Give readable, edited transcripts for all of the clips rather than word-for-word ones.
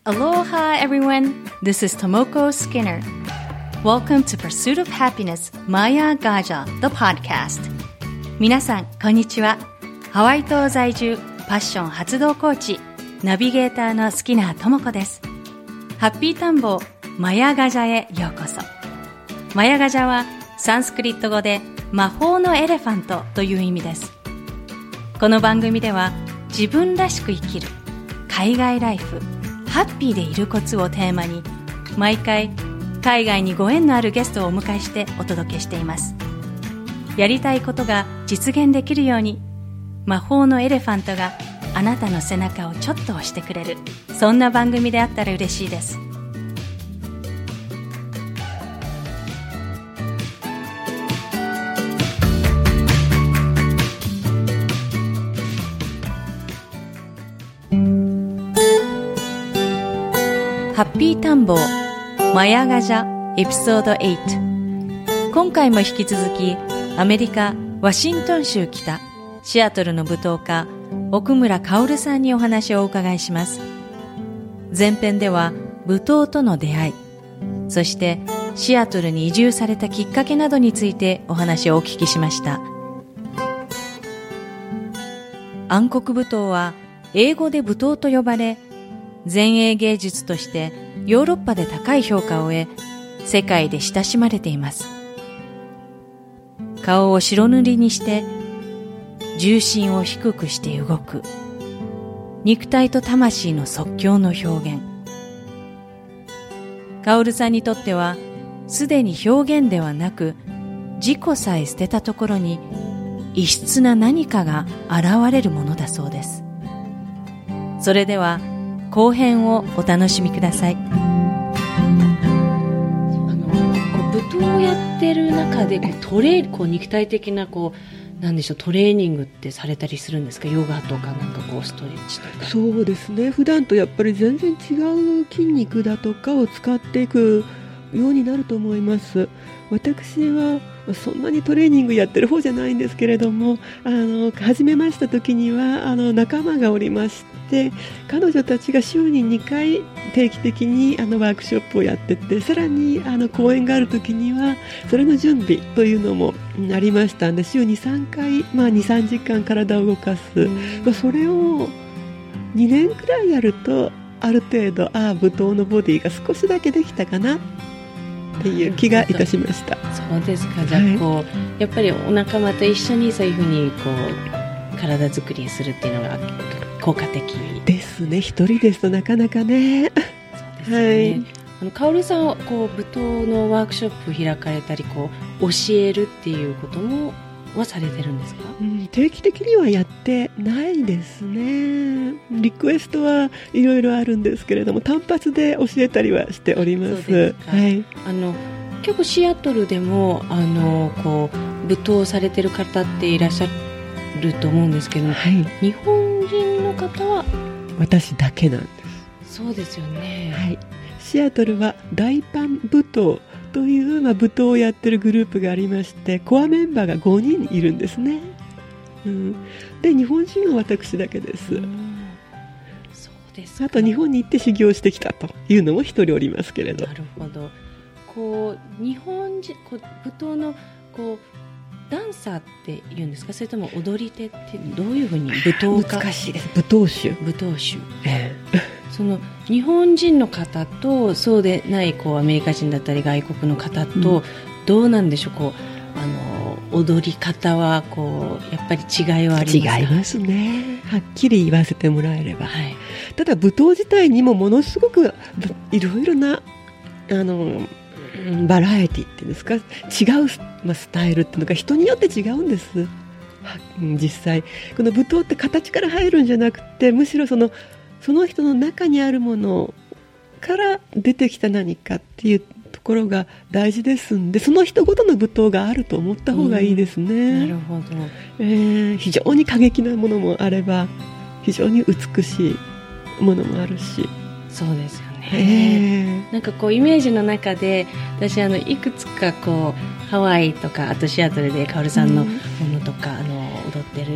Aloha everyone, this is Tomoko Skinner. Welcome to Pursuit of Happiness Maya Gaja, the podcast. 皆さん、こんにちは。ハワイ島在住、パッション発動コーチ、ナビゲーターのスキナー智子です。ハッピータンボマヤガジャへようこそ。マヤガジャはサンスクリット語で魔法のエレファントという意味です。この番組では自分らしく生きる、海外ライフ、ハッピーでいるコツをテーマに毎回海外にご縁のあるゲストをお迎えしてお届けしています。やりたいことが実現できるように魔法のエレファントがあなたの背中をちょっと押してくれる、そんな番組であったら嬉しいです。ハッピータンボーマヤガジャエピソード8。今回も引き続きアメリカワシントン州北シアトルの舞踏家奥村薫さんにお話をお伺いします。前編では舞踏との出会い、そしてシアトルに移住されたきっかけなどについてお話をお聞きしました。暗黒舞踏は英語で舞踏と呼ばれ、前衛芸術としてヨーロッパで高い評価を得、世界で親しまれています。顔を白塗りにして重心を低くして動く、肉体と魂の即興の表現。薫さんにとってはすでに表現ではなく、自己さえ捨てたところに異質な何かが現れるものだそうです。それでは後編をお楽しみください。 舞踏をやってる中で肉体的ななんでしょう、トレーニングってされたりするんですか？ヨガとかストレッチとか。 そうですね、普段とやっぱり全然違う筋肉だとかを使っていくようになると思います。私はそんなにトレーニングやってる方じゃないんですけれども、始めました時には仲間がおりまして、彼女たちが週に2回定期的にワークショップをやってて、さらに講演がある時にはそれの準備というのもありましたんで、週に3回、2、3時間体を動かす、それを2年くらいやるとある程度舞踏のボディが少しだけできたかなっていう気がいたしました。 そうですか。じゃあやっぱりお仲間と一緒にそういうふうに体作りするっていうのが効果的ですね。一人ですとなかなかね。 そうですね。薫さんは舞踏のワークショップ開かれたり教えるっていうこともはされてるんですか？ 定期的にはやってないですね。リクエストはいろいろあるんですけれども、単発で教えたりはしております。 そうですか。 はい、 結構シアトルでも舞踏されてる方っていらっしゃると思うんですけど、はい、日本人の方は私だけなんです。 そうですよね。 はい、シアトルは大パン舞踏という舞踏をやってるグループがありまして、コアメンバーが5人いるんですね。で日本人は私だけです。 そうですか。 あと日本に行って修行してきたというのも一人おりますけれど。 なるほど。日本人舞踏のダンサーって言うんですか？それとも踊り手ってどういうふうに舞踏家？ 難しいです。舞踏手。 その日本人の方とそうでないアメリカ人だったり外国の方と、どうなんでしょう、踊り方はやっぱり違いはありますか？ 違いますね。はっきり言わせてもらえれば、 はい、 ただ舞踏自体にもものすごくいろいろなバラエティっていうんですか、違う、スタイルっていうのが人によって違うんです。実際この舞踏って形から入るんじゃなくて、むしろその人の中にあるものから出てきた何かっていうところが大事ですんで、その人ごとの舞踏があると思った方がいいですね。 なるほど。 非常に過激なものもあれば非常に美しいものもあるし。 そうですよね。なんかイメージの中で私いくつかハワイとかあとシアトルでカオルさんのものとか、踊ってる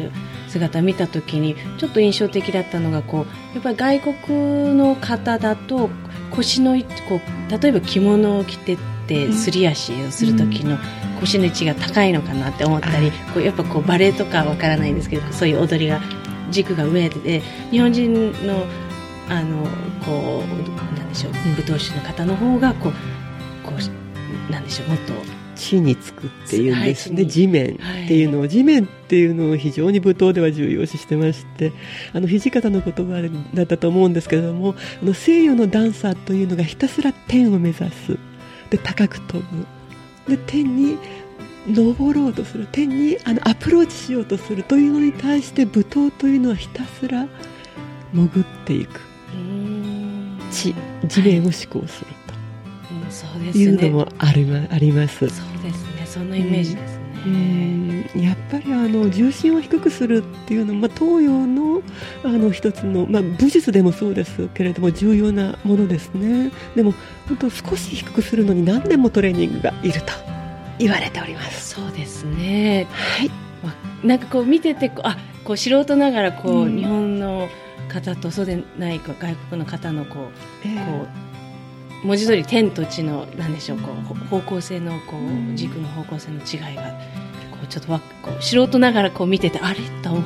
姿を見た時にちょっと印象的だったのがやっぱり外国の方だと腰の例えば着物を着てってすり足をする時の腰の位置が高いのかなって思ったり、やっぱバレエとかわからないんですけど、そういう踊りが軸が上で、日本人のなんでしょう、舞踏手の方の方がなんでしょう、もっと地につくっていうんですね、地面っていうのを、地面っていうのを非常に舞踏では重要視してまして、土方の言葉だったと思うんですけれども、西洋のダンサーというのがひたすら天を目指す、で高く飛ぶ、で天に登ろうとする、天にアプローチしようとするというのに対して、舞踏というのはひたすら潜っていく、地面を思考するというのもあります。 そうですね、そんなイメージですね。 やっぱり重心を低くするっていうのも、東洋の一つの、武術でもそうですけれども重要なものですね。でも本当少し低くするのに何年もトレーニングがいると言われております。 そうですね、 はい。 なんか見てて素人ながら日本の方とそうでない外国の方の文字通り天と地のなんでしょう、方向性の軸の方向性の違いがちょっと素人ながら見ててあれと思って、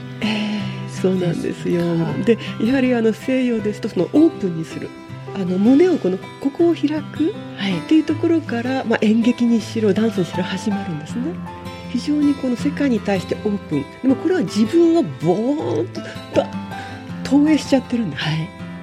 そうなんですよ。でやはり西洋ですとオープンにする、胸をここを開くっていうところから、演劇にしろダンスにしろ始まるんですね。非常に世界に対してオープン。でもこれは自分をボーンと投影しちゃってるんです、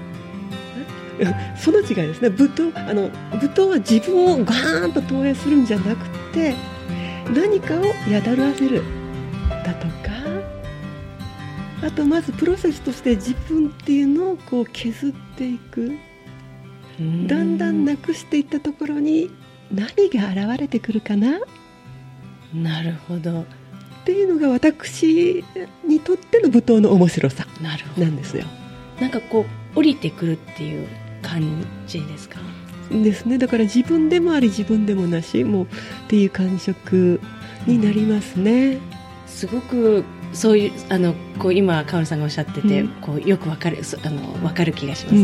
その違いですね。舞踏は自分をガーンと投影するんじゃなくて、何かをやだらせるだとか、あとまずプロセスとして自分っていうのを削っていく、だんだんなくしていったところに何が現れてくるかな。 なるほど。 っていうのが私にとっての舞踏の面白さなんですよ。 なんか降りてくるっていう感じですか？ ですね。だから自分でもあり自分でもなしもうっていう感触になりますね。 すごくそういう今カオルさんがおっしゃってて、よくわかる気がします。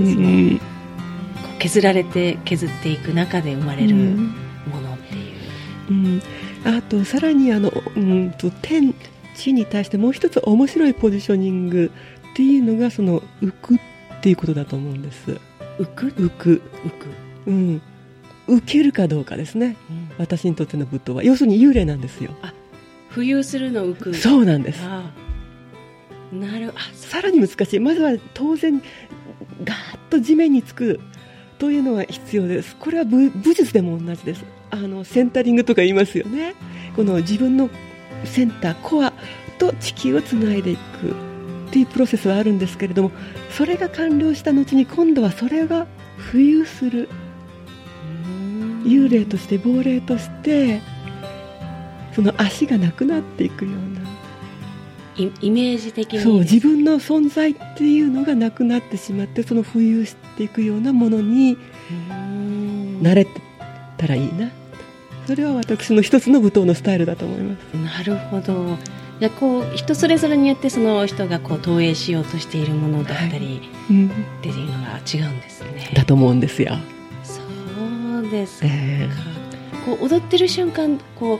削っていく中で生まれるものっていう。 あとさらに天地に対してもう一つ面白いポジショニングっていうのが浮くっていうことだと思うんです。浮く、浮けるかどうかですね、私にとっての舞踏は要するに幽霊なんですよ。 浮遊するの浮く。 そうなんです。さらに難しい。まずは当然ガーッと地面につくというのは必要です。これは武術でも同じです。センタリングとか言いますよね。この自分のセンターコアと地球をつないでいくっていうプロセスはあるんですけれども、それが完了した後に今度はそれが浮遊する、幽霊として亡霊としてその足がなくなっていくようなイメージ的に、 そう自分の存在っていうのがなくなってしまって、その浮遊していくようなものに慣れたらいいな。それは私の一つの舞踏のスタイルだと思います。 なるほど。じゃあ人それぞれによってその人が投影しようとしているものだったり、っていうのが違うんですね。 だと思うんですよ。 そうですか。踊ってる瞬間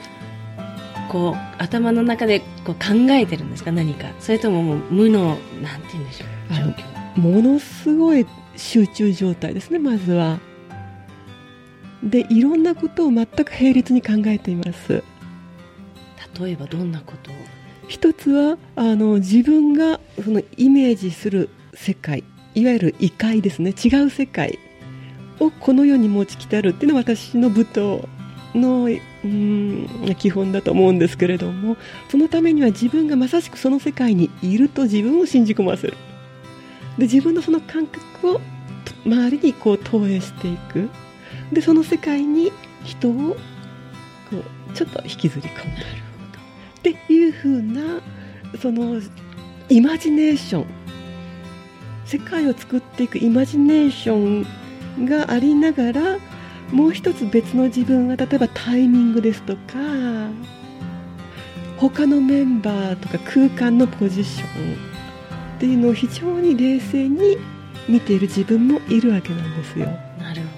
頭の中で考えてるんですか、何か。それとももう無のなんて言うんでしょう、状況。 ものすごい集中状態ですね、まずは。でいろんなことを全く並列に考えています。 例えばどんなことを？ 一つは自分がそのイメージする世界、いわゆる異界ですね、違う世界をこの世に持ち来てあるっていうのは私の舞踏の基本だと思うんですけれども、そのためには自分がまさしくその世界にいると自分を信じ込ませる。で自分のその感覚を周りに投影していく。でその世界に人をちょっと引きずり込むっていう風なそのイマジネーション、世界を作っていくイマジネーションがありながら、もう一つ別の自分は例えばタイミングですとか他のメンバーとか空間のポジションっていうのを非常に冷静に見ている自分もいるわけなんですよ。 なるほ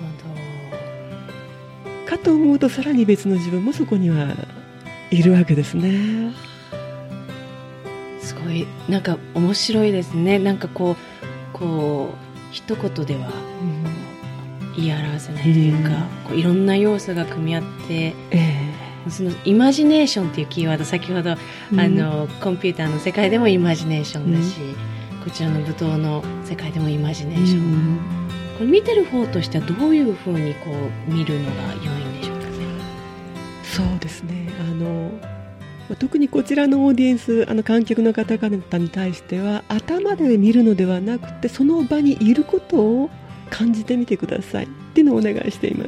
かと思うとさらに別の自分もそこにはいるわけですね。 ど。すごいなんか面白いですね。なんかこう一言では言い表せないというか、こういろんな要素が組み合って、そのイマジネーションっていうキーワード、先ほど、コンピューターの世界でもイマジネーションだし、こちらの舞踏の世界でもイマジネーション、これ見てる方としてはどういうふうにこう見るのが良いんでしょうかね。 そうですね、特にこちらのオーディエンス、観客の方々に対しては頭で見るのではなくて、その場にいることを感じてみてくださいっていうのをお願いしています。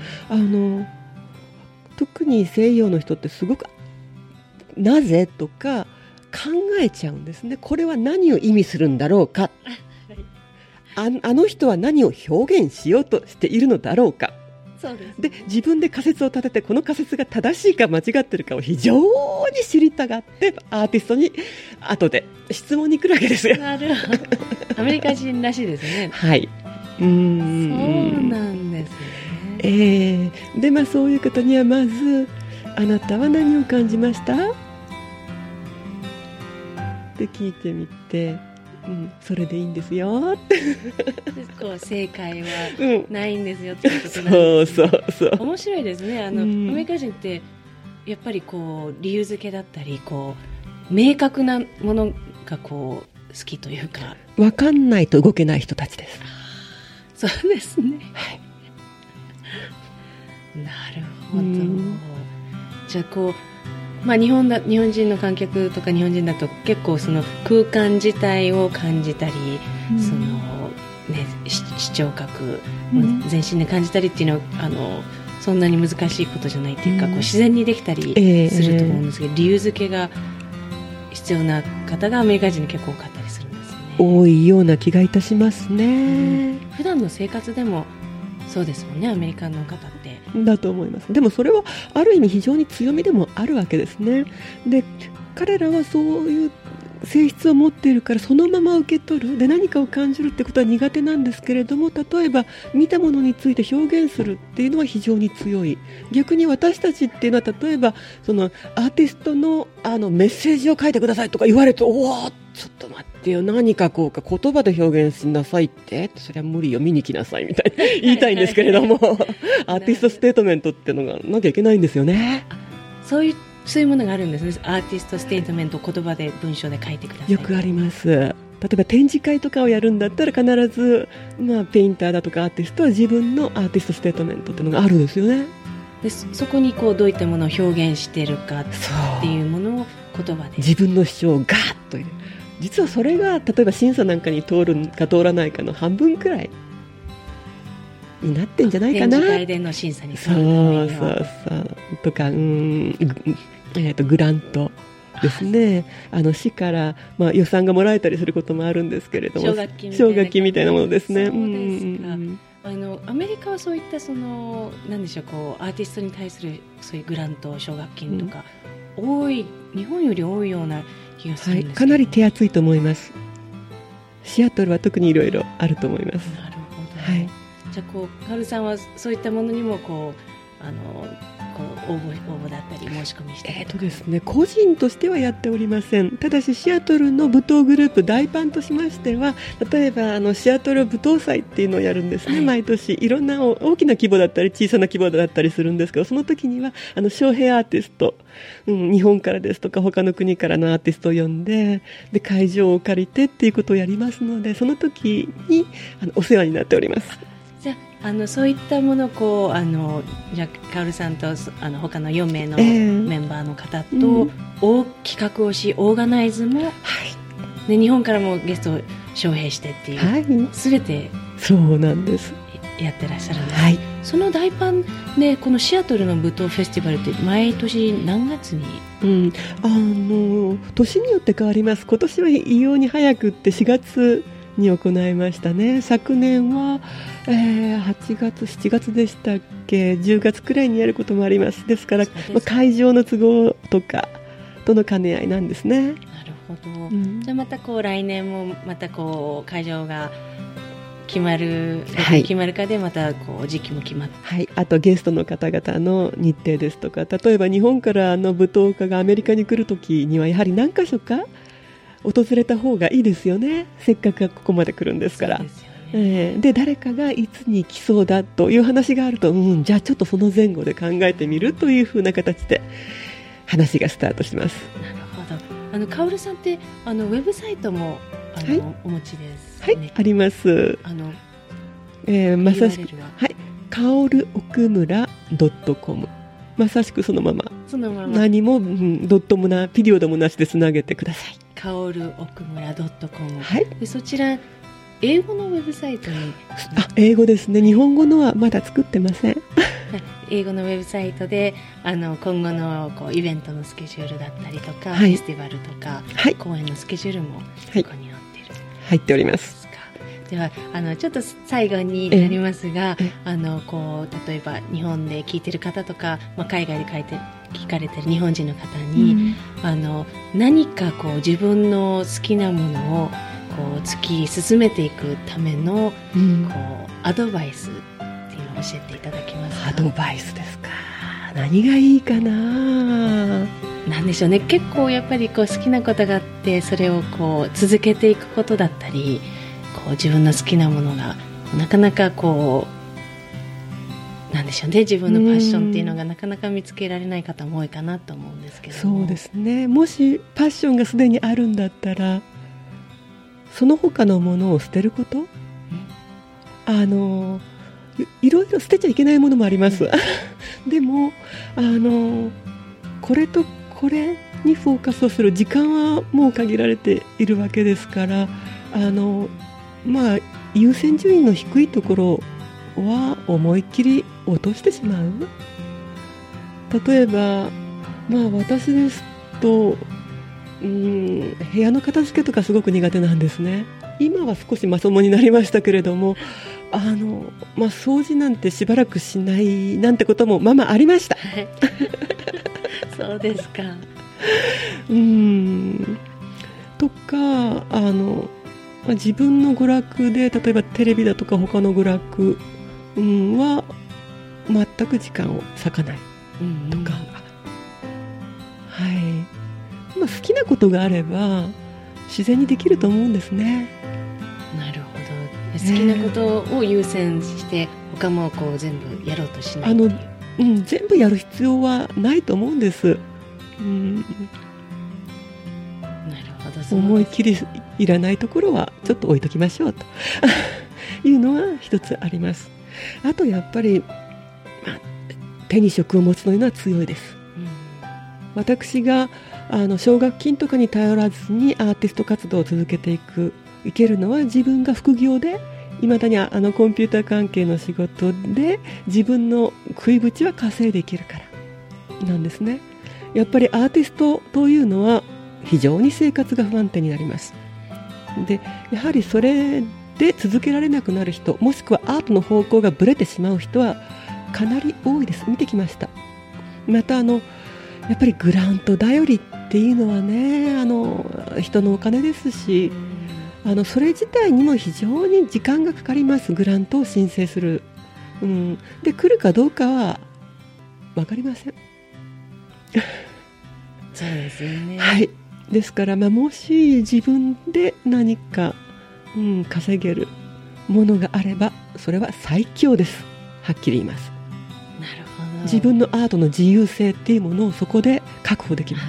特に西洋の人ってすごくなぜとか考えちゃうんですね。これは何を意味するんだろうか、あの人は何を表現しようとしているのだろうか。 そうですね。 で、自分で仮説を立てて、この仮説が正しいか間違ってるかを非常に知りたがってアーティストに後で質問に来るわけですよ。 なるほど。アメリカ人らしいですね。 はい。 そうなんですね。 で、そういう方にはまず、あなたは何を感じましたって聞いてみて、それでいいんですよってこう正解はないんですよってことなんですね。 そう面白いですね。アメリカ人ってやっぱりこう理由付けだったり、こう明確なものがこう好きというか、 分かんないと動けない人たちです。 そうですね、 はい、 なるほど。じゃあこう、日本人の観客とか日本人だと結構その空間自体を感じたり、そのね、視聴覚を全身で感じたりっていうのはそんなに難しいことじゃないっていうか、こう自然にできたりすると思うんですけど、理由付けが必要な方がアメリカ人に結構多かったりするんですね。 多いような気がいたしますね。 普段の生活でもそうですもんね、アメリカの方って。 だと思います。でもそれはある意味非常に強みでもあるわけですね。で、彼らはそういう性質を持っているからそのまま受け取る、で何かを感じるってことは苦手なんですけれども、例えば見たものについて表現するっていうのは非常に強い。逆に私たちっていうのは、例えばそのアーティストのメッセージを書いてくださいとか言われると、おおちょっと待ってよ、何かこうか言葉で表現しなさいって、それは無理よ、見に来なさいみたいな言いたいんですけれどもアーティストステートメントっていうのがなきゃいけないんですよね。 そういうものがあるんですね。アーティストステートメントを言葉で文章で書いてください。 よくあります。例えば展示会とかをやるんだったら必ず、ペインターだとかアーティストは自分のアーティストステートメントっていうのがあるんですよね。 でそこにこうどういったものを表現しているかっていうものを言葉で自分の主張をガーッと入れる。実はそれが例えば審査なんかに通るか通らないかの半分くらいになってんじゃないかな。 展示会での審査にそうとか、グラントですね。市から、予算がもらえたりすることもあるんですけれども、奨学金みたいなものですね。 そうですか。アメリカはそういったなんでしょう、こうアーティストに対するそういうグラント、奨学金とか、多い、日本より多いような気がするんですけど、 かなり手厚いと思います。シアトルは特にいろいろあると思います。 なるほど。じゃあこうカオルさんはそういったものにもこう応募だったり申し込みしてですね、個人としてはやっておりません。ただしシアトルの舞踏グループ大パンとしましては、例えばシアトル舞踏祭っていうのをやるんですね、毎年。いろんな大きな規模だったり小さな規模だったりするんですけど、その時には招聘アーティスト、日本からですとか他の国からのアーティストを呼んで、会場を借りてっていうことをやりますので、その時にお世話になっております。 じゃあそういったものをこうじゃあカオルさんと他の4名のメンバーの方と、企画をしオーガナイズも、で日本からもゲストを招聘してっていう、全てそうなんですやってらっしゃるんです、その大パンでこのシアトルの舞踏フェスティバルって毎年何月に、 年によって変わります。今年は異様に早くって4月に行いましたね。昨年は、8月7月でしたっけ、10月くらいにやることもあります。ですから、会場の都合とかとの兼ね合いなんですね。 なるほど、じゃあまた来年もまた会場が決まるかでまた時期も決まって、 はい、あとゲストの方々の日程ですとか、例えば日本から舞踏家がアメリカに来るときにはやはり何か所か訪れた方がいいですよね。せっかくここまで来るんですから。そうですよね。で誰かがいつに来そうだという話があると、じゃあちょっとその前後で考えてみるというふうな形で話がスタートします。 なるほど。カオルさんってウェブサイトもはい、お持ちですね。 はい、あります。まさしく、はい、カオル奥村 .com、 まさしくそのまま何も、ドットもピリオドもなしでつなげてください。 カオル奥村 .com、 はい、 でそちら英語のウェブサイトに英語ですね。日本語のはまだ作ってません英語のウェブサイトで今後のイベントのスケジュールだったりとか、 はい、 フェスティバルとか、 はい、 公演のスケジュールもそこに載っている、 入っております。 ではちょっと最後になりますが、例えば日本で聞いてる方とか、海外で聞かれてる日本人の方に、何か自分の好きなものを突き進めていくための、アドバイスっていうのを教えていただけますか？ アドバイスですか。何がいいかな。 なんでしょうね。結構やっぱり好きなことがあって、それを続けていくことだったり、自分の好きなものがなかなかなんでしょうね、自分のパッションっていうのがなかなか見つけられない方も多いかなと思うんですけども。 そうですね。もしパッションがすでにあるんだったら、その他のものを捨てること、いろいろ捨てちゃいけないものもあります、でもこれとこれにフォーカスをする時間はもう限られているわけですから、優先順位の低いところは思いっきり落としてしまう。例えば、私ですと部屋の片付けとかすごく苦手なんですね。今は少しまともになりましたけれども、掃除なんてしばらくしないなんてこともありましたそうですか。 とか自分の娯楽で、例えばテレビだとか他の娯楽、は全く時間を割かないとか、好きなことがあれば自然にできると思うんですね。 なるほど。好きなことを優先して他も全部やろうとしないっていう、 全部やる必要はないと思うんです。 なるほど。 思いっきりいらないところはちょっと置いときましょうというのは一つあります。あとやっぱり、手に職を持つのは強いです。私が奨学金とかに頼らずにアーティスト活動を続けていけるのは、自分が副業でいまだにコンピューター関係の仕事で自分の食いぶちは稼いでいけるからなんですね。やっぱりアーティストというのは非常に生活が不安定になります。でやはりそれで続けられなくなる人、もしくはアートの方向がぶれてしまう人はかなり多いです。見てきました。またやっぱりグラント頼りっていうのはね、人のお金ですし、それ自体にも非常に時間がかかります。グラントを申請する、で来るかどうかは分かりませんそうですよね。 はい。ですから、もし自分で何か、稼げるものがあればそれは最強です。はっきり言います。 なるほど。 自分のアートの自由性っていうものをそこで確保できます。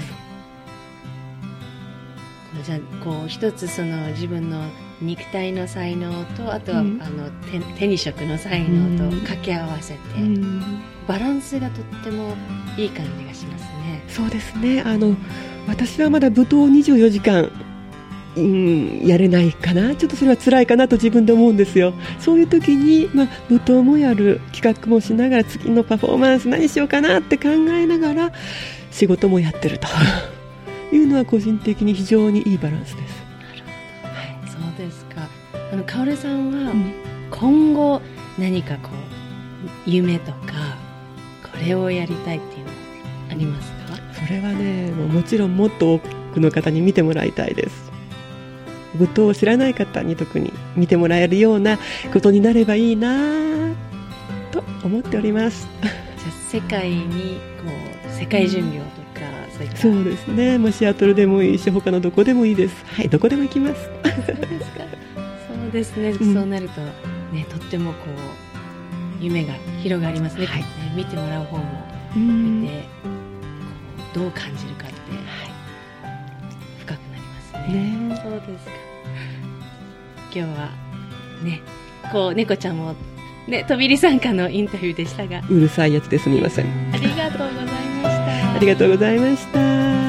じゃあ一つ自分の肉体の才能と、あとは、手に職の才能と掛け合わせて、バランスがとってもいい感じがしますね。 そうですね。私はまだ舞踏24時間やれないかな、ちょっとそれは辛いかなと自分で思うんですよ。そういう時に、舞踏もやる、企画もしながら次のパフォーマンス何しようかなって考えながら仕事もやってるというのは個人的に非常にいいバランスです。なるほど、はい、そうですか。かおるさんは今後何か夢とかこれをやりたいっていうのありますか？ そそれはね、もちろんもっと多くの方に見てもらいたいです。舞踏を知らない方に特に見てもらえるようなことになればいいなと思っております。 じゃあ世界に世界巡業とかそういった。 そうですね、シアトルでもいいし他のどこでもいいです。はい、どこでも行きます。 そうですか。そうですね、そうなるとね、とっても夢が広がりますね。はい、ね、見てもらう方も見てどう感じるかって、深くなりますね。そうですか。今日はね、猫ちゃんもね、飛び入り参加のインタビューでしたが、 うるさいやつですみません。 ありがとうございました。 ありがとうございました。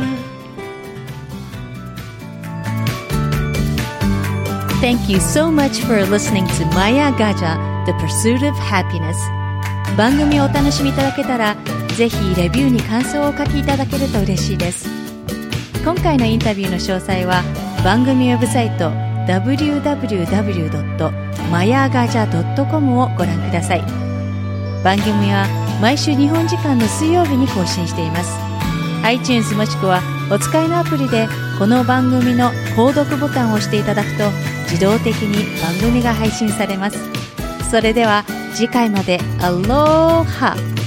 Thank you so much for listening to Maya Gaja, The Pursuit of Happiness. 番組をお楽しみいただけたら、ぜひレビューに感想をお書きいただけると嬉しいです。今回のインタビューの詳細は番組ウェブサイト www.mayagaja.com をご覧ください。番組は毎週日本時間の水曜日に更新しています。 iTunes もしくはお使いのアプリでこの番組の購読ボタンを押していただくと自動的に番組が配信されます。それでは次回までアローハ。